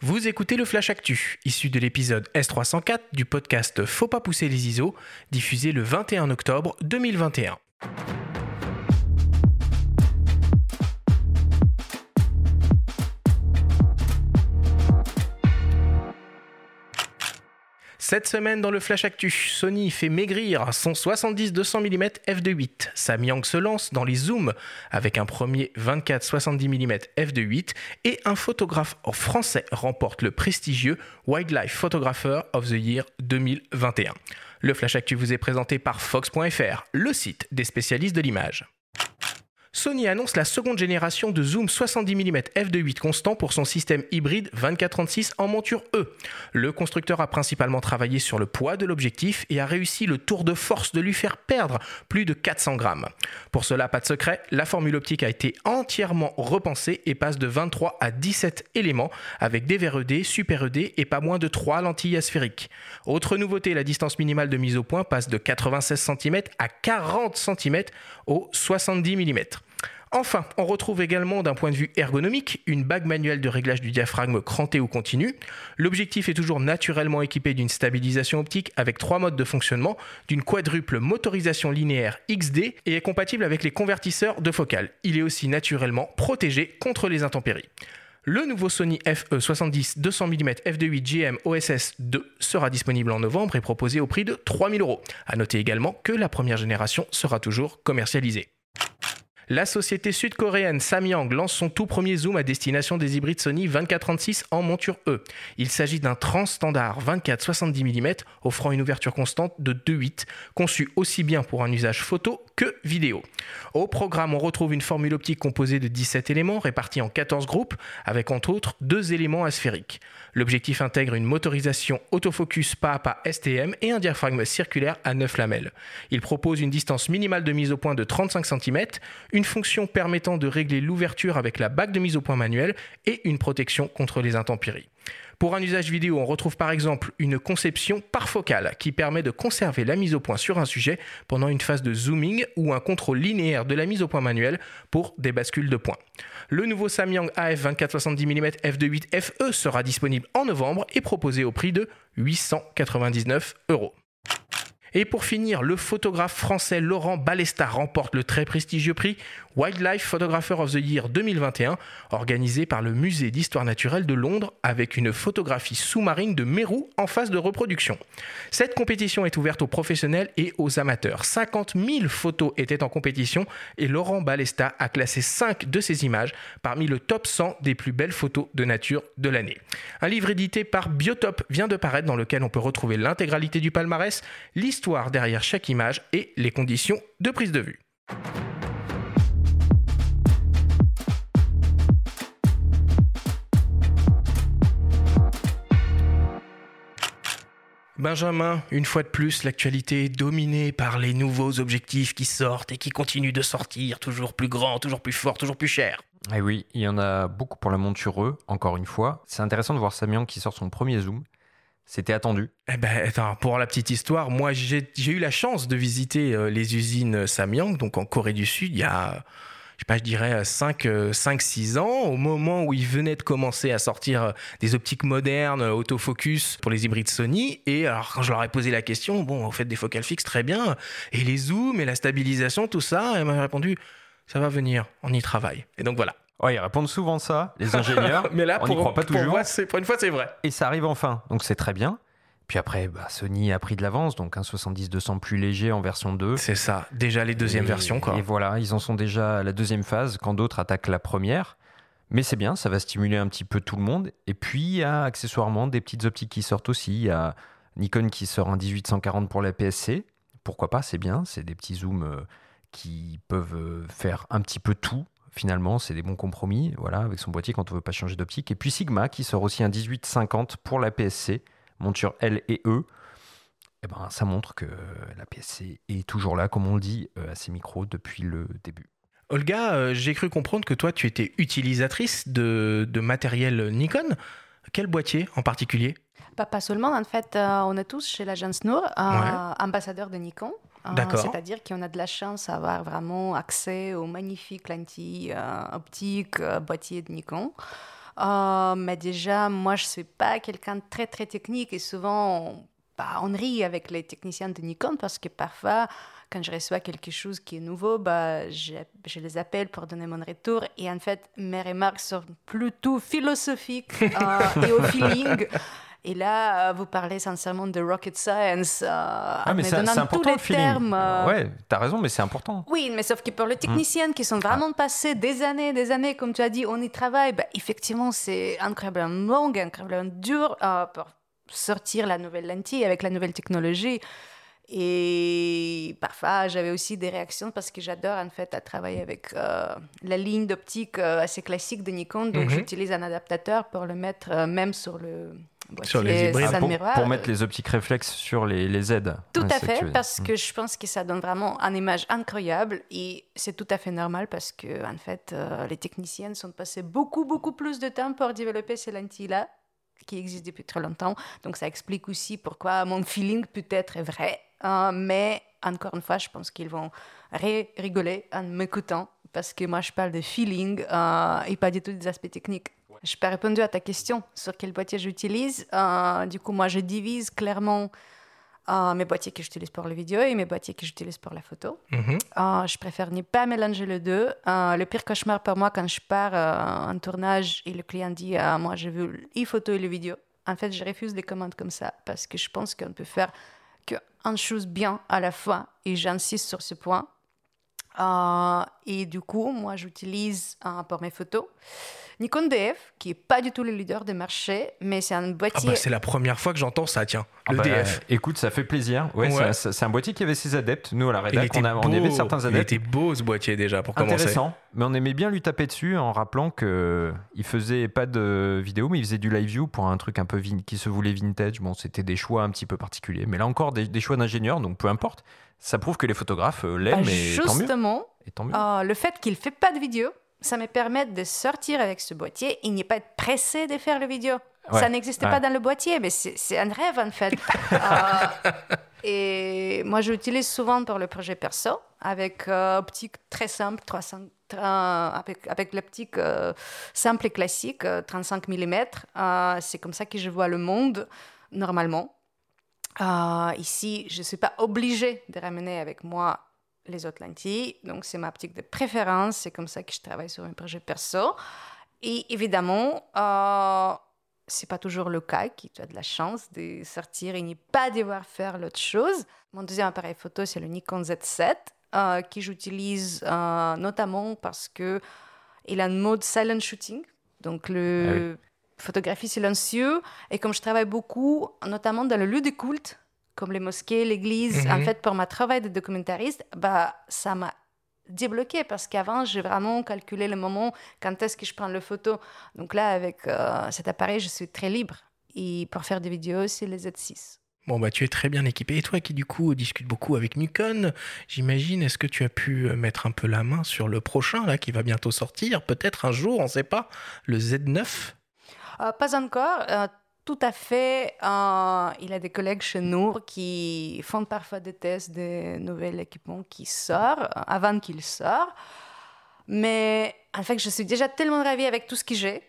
Vous écoutez le Flash Actu, issu de l'épisode S304 du podcast Faut pas pousser les ISO, diffusé le 21 octobre 2021. Cette semaine dans le Flash Actu, Sony fait maigrir son 70-200 mm f2.8. Samyang se lance dans les zooms avec un premier 24-70 mm f2.8 et un photographe français remporte le prestigieux Wildlife Photographer of the Year 2021. Le Flash Actu vous est présenté par Fox.fr, le site des spécialistes de l'image. Sony annonce la seconde génération de zoom 70 mm f2.8 constant pour son système hybride 24-36 en monture E. Le constructeur a principalement travaillé sur le poids de l'objectif et a réussi le tour de force de lui faire perdre plus de 400 grammes. Pour cela, pas de secret, la formule optique a été entièrement repensée et passe de 23 à 17 éléments avec des verres ED, super ED et pas moins de 3 lentilles asphériques. Autre nouveauté, la distance minimale de mise au point passe de 96 cm à 40 cm au 70 mm. Enfin, on retrouve également d'un point de vue ergonomique une bague manuelle de réglage du diaphragme cranté ou continu. L'objectif est toujours naturellement équipé d'une stabilisation optique avec 3 modes de fonctionnement, d'une quadruple motorisation linéaire XD et est compatible avec les convertisseurs de focale. Il est aussi naturellement protégé contre les intempéries. Le nouveau Sony FE70-200 mm f2.8 GM OSS 2 sera disponible en novembre et proposé au prix de 3 000 €. A noter également que la première génération sera toujours commercialisée. La société sud-coréenne Samyang lance son tout premier zoom à destination des hybrides Sony 24-36 en monture E. Il s'agit d'un transstandard 24-70 mm offrant une ouverture constante de 2.8, conçu aussi bien pour un usage photo que vidéo. Au programme, on retrouve une formule optique composée de 17 éléments répartis en 14 groupes, avec entre autres 2 éléments asphériques. L'objectif intègre une motorisation autofocus pas à pas STM et un diaphragme circulaire à 9 lamelles. Il propose une distance minimale de mise au point de 35 cm, une fonction permettant de régler l'ouverture avec la bague de mise au point manuelle et une protection contre les intempéries. Pour un usage vidéo, on retrouve par exemple une conception par focale qui permet de conserver la mise au point sur un sujet pendant une phase de zooming ou un contrôle linéaire de la mise au point manuelle pour des bascules de points. Le nouveau Samyang AF 24-70 mm f2.8 FE sera disponible en novembre et proposé au prix de 899 €. Et pour finir, le photographe français Laurent Balesta remporte le très prestigieux prix Wildlife Photographer of the Year 2021, organisé par le Musée d'Histoire Naturelle de Londres avec une photographie sous-marine de mérou en phase de reproduction. Cette compétition est ouverte aux professionnels et aux amateurs. 50 000 photos étaient en compétition et Laurent Balesta a classé 5 de ces images parmi le top 100 des plus belles photos de nature de l'année. Un livre édité par Biotop vient de paraître dans lequel on peut retrouver l'intégralité du palmarès, l'histoire derrière chaque image et les conditions de prise de vue. Benjamin, une fois de plus, l'actualité est dominée par les nouveaux objectifs qui sortent et qui continuent de sortir, toujours plus grands, toujours plus forts, toujours plus chers. Et oui, il y en a beaucoup pour la monture E, encore une fois. C'est intéressant de voir Samyang qui sort son premier zoom. C'était attendu. Eh ben, attends, pour la petite histoire, moi j'ai eu la chance de visiter les usines Samyang, donc en Corée du Sud, il y a, je dirais 5-6 ans, au moment où ils venaient de commencer à sortir des optiques modernes, autofocus pour les hybrides Sony. Et alors quand je leur ai posé la question, bon, vous faites des focales fixes, très bien, et les zooms et la stabilisation, tout ça, elle m'a répondu, ça va venir, on y travaille. Et donc voilà. Ouais, ils répondent souvent ça, les ingénieurs. Mais là, on n'y croit pas toujours. Pour une fois, c'est vrai. Et ça arrive enfin, donc c'est très bien. Puis après, Sony a pris de l'avance, donc un 70-200 plus léger en version 2. C'est ça, déjà les deuxièmes versions, quoi. Et voilà, ils en sont déjà à la deuxième phase, quand d'autres attaquent la première. Mais c'est bien, ça va stimuler un petit peu tout le monde. Et puis, il y a accessoirement des petites optiques qui sortent aussi. Il y a Nikon qui sort un 18-140 pour la PSC. Pourquoi pas, c'est bien. C'est des petits zooms qui peuvent faire un petit peu tout. Finalement, c'est des bons compromis, voilà, avec son boîtier quand on ne veut pas changer d'optique. Et puis Sigma qui sort aussi un 18-50 pour la PSC, monture L et E. Et ça montre que la PSC est toujours là, comme on le dit, à ses micros depuis le début. Olga, j'ai cru comprendre que toi, tu étais utilisatrice de matériel Nikon. Quel boîtier en particulier ? Pas seulement, en fait, on est tous chez l'agence Nour, ambassadeurs de Nikon. D'accord. C'est-à-dire qu'on a de la chance d'avoir vraiment accès aux magnifiques lentilles optiques, boîtiers de Nikon. Mais déjà, moi, je ne suis pas quelqu'un de très, très technique et souvent, on rit avec les techniciens de Nikon parce que parfois, quand je reçois quelque chose qui est nouveau, je les appelle pour donner mon retour et en fait, mes remarques sont plutôt philosophiques et au feeling. Et là, vous parlez sincèrement de rocket science, mais c'est important tous les le feeling. termes. Ouais, t'as raison, mais c'est important. Oui, mais sauf que pour les techniciennes qui sont vraiment passées des années, comme tu as dit, on y travaille, effectivement, c'est incroyablement long, incroyablement dur pour sortir la nouvelle lentille avec la nouvelle technologie. Et parfois, j'avais aussi des réactions parce que j'adore en fait à travailler avec la ligne d'optique assez classique de Nikon. Donc, j'utilise un adaptateur pour le mettre même sur le boîtier sur les hybrides. Pour mettre les optiques réflexes sur les Z. Tout à fait, parce que je pense que ça donne vraiment une image incroyable et c'est tout à fait normal parce que en fait, les techniciennes sont passées beaucoup plus de temps pour développer ces lentilles-là qui existent depuis très longtemps. Donc, ça explique aussi pourquoi mon feeling peut-être est vrai. Mais encore une fois, je pense qu'ils vont rigoler en m'écoutant parce que moi, je parle de feeling et pas du tout des aspects techniques. Je n'ai pas répondu à ta question sur quel boîtier j'utilise. Du coup, moi, je divise clairement mes boîtiers que j'utilise pour la vidéo et mes boîtiers que j'utilise pour la photo. Je préfère ne pas mélanger les deux. Le pire cauchemar pour moi, quand je pars en tournage et le client dit « moi, je veux et photo et le vidéo », en fait, je refuse les commandes comme ça parce que je pense qu'on peut faire qu'une chose bien à la fois et j'insiste sur ce point. Et du coup, moi, j'utilise pour mes photos Nikon DF, qui n'est pas du tout le leader de marché, mais c'est un boîtier... c'est la première fois que j'entends ça, tiens, le DF. Écoute, ça fait plaisir. Ouais. C'est un boîtier qui avait ses adeptes. Nous, à la rédac, on avait certains adeptes. Il était beau, ce boîtier, déjà, pour commencer. Intéressant, mais on aimait bien lui taper dessus en rappelant qu'il ne faisait pas de vidéo, mais il faisait du live view pour un truc un peu qui se voulait vintage. Bon, c'était des choix un petit peu particuliers, mais là encore, des choix d'ingénieurs, donc peu importe. Ça prouve que les photographes l'aiment et tant mieux. Justement, tant mieux. Le fait qu'il ne fait pas de vidéo, ça me permet de sortir avec ce boîtier et n'y pas être pressé de faire la vidéo. Ouais, ça n'existait pas dans le boîtier, mais c'est un rêve en fait. Et moi, je l'utilise souvent pour le projet perso, avec optique très simple, avec l'optique simple et classique, 35 mm. C'est comme ça que je vois le monde normalement. Ici, je ne suis pas obligée de ramener avec moi les autres lentilles, donc c'est ma optique de préférence, c'est comme ça que je travaille sur un projet perso. Et évidemment, c'est pas toujours le cas, que tu as de la chance de sortir et ne pas devoir faire l'autre chose. Mon deuxième appareil photo, c'est le Nikon Z7, que j'utilise notamment parce qu'il a un mode silent shooting, donc photographie silencieuse. Et comme je travaille beaucoup, notamment dans le lieu de culte, comme les mosquées, l'église, en fait, pour mon travail de documentariste, ça m'a débloqué parce qu'avant, j'ai vraiment calculé le moment quand est-ce que je prends la photo. Donc là, avec cet appareil, je suis très libre. Et pour faire des vidéos, c'est le Z6. Bon, tu es très bien équipé. Et toi qui, du coup, discutes beaucoup avec Nikon, j'imagine, est-ce que tu as pu mettre un peu la main sur le prochain, là, qui va bientôt sortir, peut-être un jour, on ne sait pas, le Z9 ? Pas encore. Tout à fait. Il y a des collègues chez nous qui font parfois des tests de nouveaux équipements qui sortent, avant qu'ils sortent. Mais en fait, je suis déjà tellement ravie avec tout ce que j'ai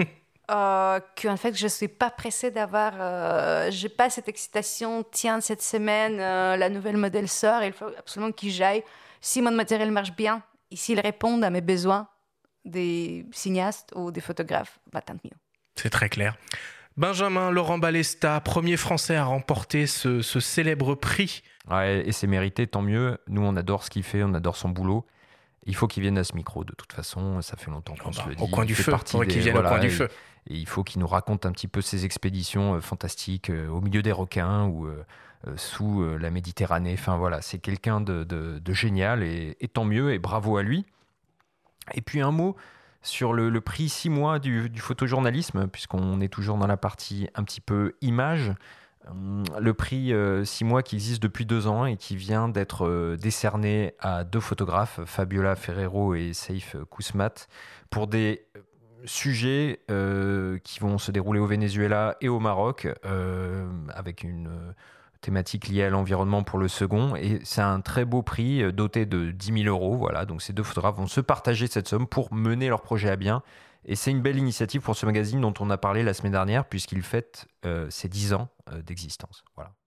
qu'en fait, je ne suis pas pressée d'avoir... je n'ai pas cette excitation, tiens, cette semaine, la nouvelle modèle sort, il faut absolument que j'aille. Si mon matériel marche bien et s'il répond à mes besoins des cinéastes ou des photographes, tant mieux. C'est très clair. Benjamin Laurent Balesta, premier Français à remporter ce célèbre prix. Ouais, et c'est mérité, tant mieux. Nous, on adore ce qu'il fait, on adore son boulot. Il faut qu'il vienne à ce micro, de toute façon. Ça fait longtemps qu'on se le dit. Au coin du feu, qu'il vienne au coin du feu. Et il faut qu'il nous raconte un petit peu ses expéditions fantastiques au milieu des requins ou sous la Méditerranée. Enfin voilà, c'est quelqu'un de génial et tant mieux, et bravo à lui. Et puis un mot sur le prix 6 mois du photojournalisme, puisqu'on est toujours dans la partie un petit peu image. Le prix 6 mois qui existe depuis 2 ans et qui vient d'être décerné à 2 photographes, Fabiola Ferrero et Seif Kousmat, pour des sujets qui vont se dérouler au Venezuela et au Maroc, avec une thématique liée à l'environnement pour le second, et c'est un très beau prix doté de 10 000 €. Voilà, donc ces 2 photographes vont se partager cette somme pour mener leur projet à bien, Et c'est une belle initiative pour ce magazine dont on a parlé la semaine dernière, puisqu'il fête ses 10 ans d'existence. Voilà.